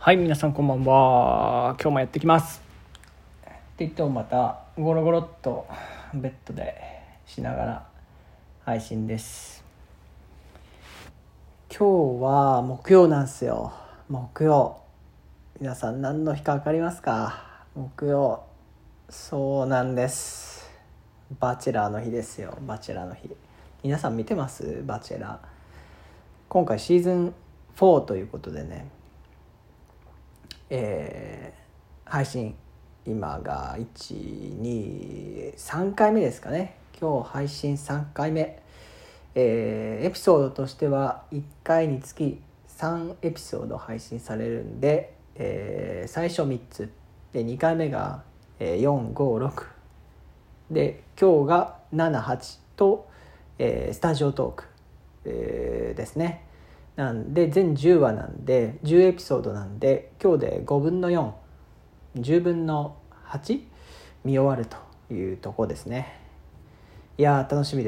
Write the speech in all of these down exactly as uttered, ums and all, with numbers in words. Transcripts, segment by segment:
はい、皆さんこんばんは。今日もやってきますって言ってもまたゴロゴロっとベッドでしながら配信です。今日は木曜なんですよ。木曜、皆さん何の日か分かりますか？木曜、そうなんです。バチェラーの日ですよ。バチェラーの日、皆さん見てます？バチェラー、今回シーズンフォーということでね、えー、配信今がいち、に、さんかいめですかね。今日配信さんかいめ、えー、エピソードとしてはいっかいにつきさんエピソード配信されるんで、えー、最初みっつでにかいめがよん、ご、ろくで今日がなな、はちと、えー、スタジオトーク、えー、ですね。なんで全じゅうわなんでじゅうエピソードなんで今日でごぶんのよん、じゅうぶんのはち見終わるというところですね。いやー楽しみです。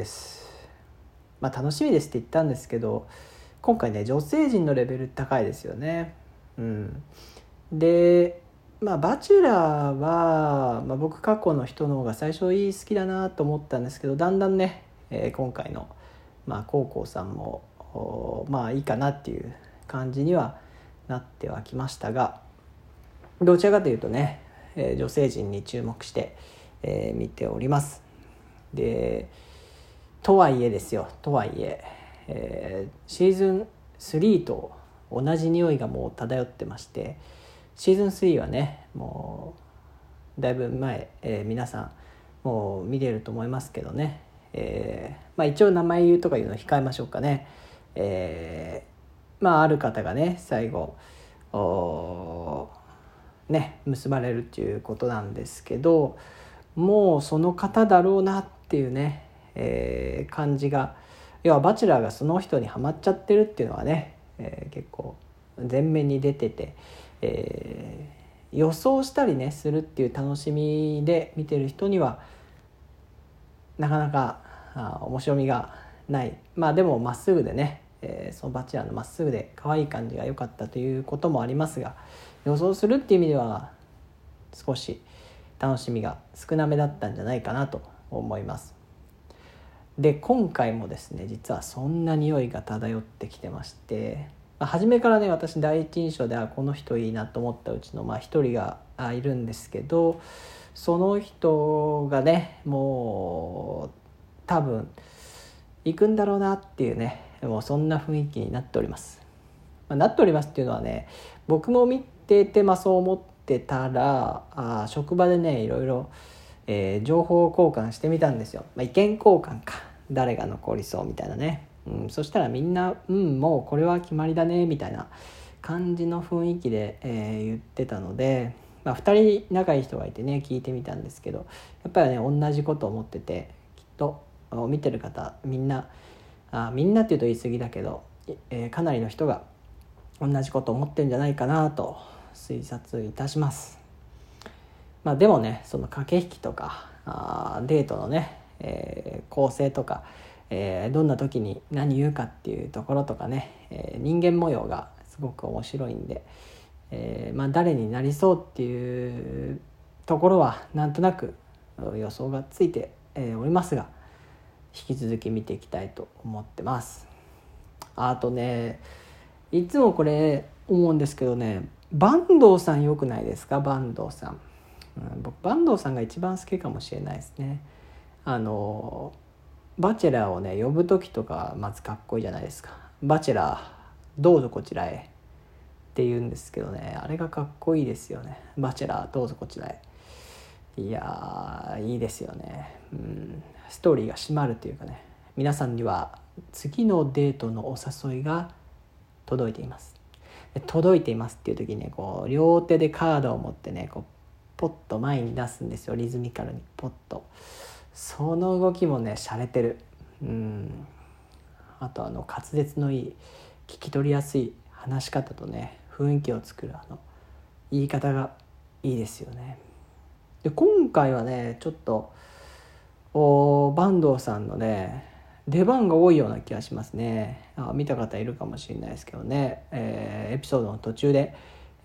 まあ楽しみですって言ったんですけど、今回ね女性陣のレベル高いですよね。うんでまあバチェラーは、まあ、僕過去の人の方が最初いい好きだなと思ったんですけど、だんだんね、えー、今回のまあコウコウさんもまあいいかなっていう感じにはなってはきましたが、どちらかというとね、えー、女性陣に注目して、えー、見ております。でとはいえですよとはいええー、シーズンスリーと同じ匂いがもう漂ってまして、シーズンスリーはねもうだいぶ前、えー、皆さんもう見れると思いますけどね、えーまあ、一応名前言うとかいうのを控えましょうかね。えー、まあある方がね最後ね結ばれるっていうことなんですけど、もうその方だろうなっていうね、えー、感じが、要はバチェラーがその人にはまっちゃってるっていうのはね、えー、結構前面に出てて、えー、予想したりねするっていう楽しみで見てる人にはなかなかあ面白みがない。まあでもまっすぐでね、えー、そのバチェラーのまっすぐで可愛い感じが良かったということもありますが、予想するっていう意味では少し楽しみが少なめだったんじゃないかなと思います。で今回もですね実はそんな匂いが漂ってきてまして、まあ、初めからね私第一印象ではこの人いいなと思ったうちのまあ一人がいるんですけど、その人がねもう多分行くんだろうなっていうね、もうそんな雰囲気になっております。まあ、なっておりますっていうのはね、僕も見ててまあそう思ってたら、あ職場でねいろいろ、えー、情報交換してみたんですよ。まあ、意見交換か、誰が残りそうみたいなね、うん、そしたらみんなうんもうこれは決まりだねみたいな感じの雰囲気で、えー、言ってたので、まあ、ふたり仲いい人がいてね聞いてみたんですけど、やっぱりね同じことを思ってて、きっと見てる方みんなあみんなっていうと言い過ぎだけど、えー、かなりの人が同じことを思ってるんじゃないかなと推察いたします。まあでもねその駆け引きとかあデートのね、えー、構成とか、えー、どんな時に何言うかっていうところとかね、えー、人間模様がすごく面白いんで、えー、まあ誰になりそうっていうところはなんとなく予想がついておりますが、引き続き見ていきたいと思ってます。あとねいつもこれ思うんですけどね、坂東さん良くないですか？坂東さん、うん、僕坂東さんが一番好きかもしれないですね。あのバチェラーをね呼ぶ時とかまずかっこいいじゃないですか。バチェラーどうぞこちらへって言うんですけどね、あれがかっこいいですよね。バチェラーどうぞこちらへ、いやいいですよね、うん、ストーリーが締まるというかね、皆さんには次のデートのお誘いが届いています。で届いていますっていう時にねこう両手でカードを持ってねこうポッと前に出すんですよ。リズミカルにポッと、その動きもね洒落てる。うんあとあの滑舌のいい聞き取りやすい話し方とね雰囲気を作るあの言い方がいいですよね。で今回はねちょっとお坂東さんのね出番が多いような気がしますね。あ見た方いるかもしれないですけどね、えー、エピソードの途中で、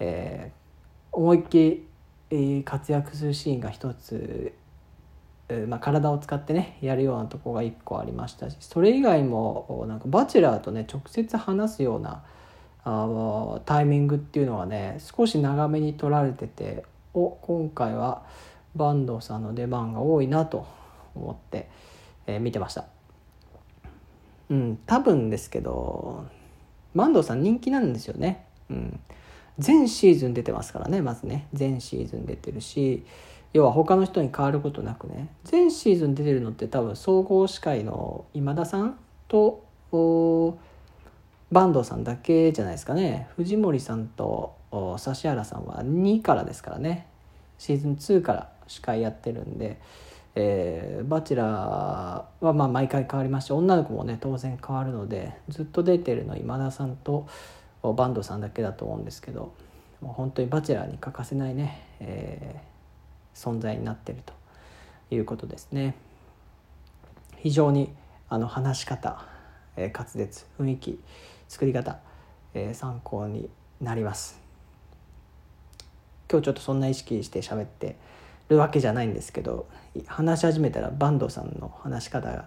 えー、思いっきり、えー、活躍するシーンが一つ、えーまあ、体を使ってねやるようなところが一個ありましたし、それ以外もなんかバチェラーとね直接話すようなあタイミングっていうのはね少し長めに取られてて、お今回は坂東さんの出番が多いなと思って、えー、見てました。うん、多分ですけど坂東さん人気なんですよね。うん、全シーズン出てますからね。まずね全シーズン出てるし、要は他の人に変わることなくね全シーズン出てるのって多分総合司会の今田さんと坂東さんだけじゃないですかね。藤森さんと指原さんはにからですからね。シーズンにから司会やってるんで、えー、バチェラーはまあ毎回変わりますし、女の子もね当然変わるので、ずっと出てるの今田さんと坂東さんだけだと思うんですけど、もう本当にバチェラーに欠かせないね、えー、存在になっているということですね。非常にあの話し方、えー、滑舌、雰囲気、作り方、えー、参考になります。今日ちょっとそんな意識して喋ってるわけじゃないんですけど、話し始めたら坂東さんの話し方が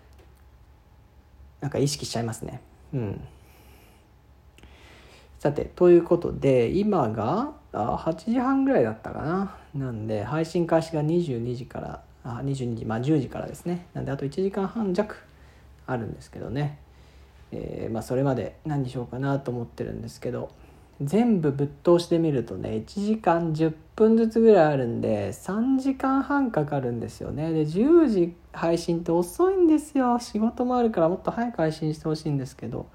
なんか意識しちゃいますね。うん。さてということで今がはちじはんぐらいだったかな。なんで配信開始がにじゅうにじからあにじゅうにじまあじゅうじからですね。なんであといちじかんはん弱あるんですけどね。えー、まあそれまで何にしようかなと思ってるんですけど、全部ぶっ通してみるとねいちじかんじゅっぷんずつぐらいあるんでさんじかんはんかかるんですよね。でじゅうじ配信って遅いんですよ。仕事もあるからもっと早く配信してほしいんですけど、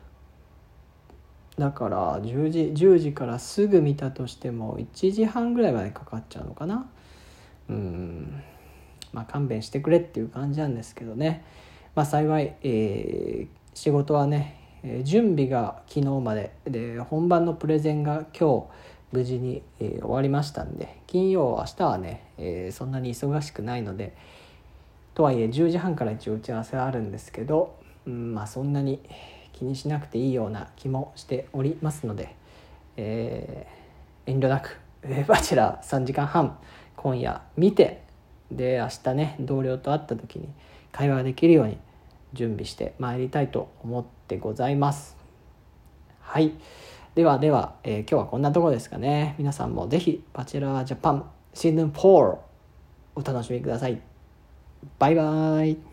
だからじゅうじじゅうじからすぐ見たとしてもいちじはんぐらいまでかかっちゃうのかな。うんまあ勘弁してくれっていう感じなんですけどね。まあ幸い、えー、仕事はね準備が昨日までで本番のプレゼンが今日無事に、えー、終わりましたんで、金曜明日はね、えー、そんなに忙しくないので、とはいえじゅうじはんから一応打ち合わせはあるんですけど、うん、まあそんなに気にしなくていいような気もしておりますので、えー、遠慮なく、えー、バチェラーさんじかんはん今夜見て、で明日ね同僚と会った時に会話ができるように準備してまいりたいと思ってございます。はい、ではでは、えー、今日はこんなところですかね。皆さんもぜひバチェラージャパンシーズンフォーお楽しみください。バイバイ。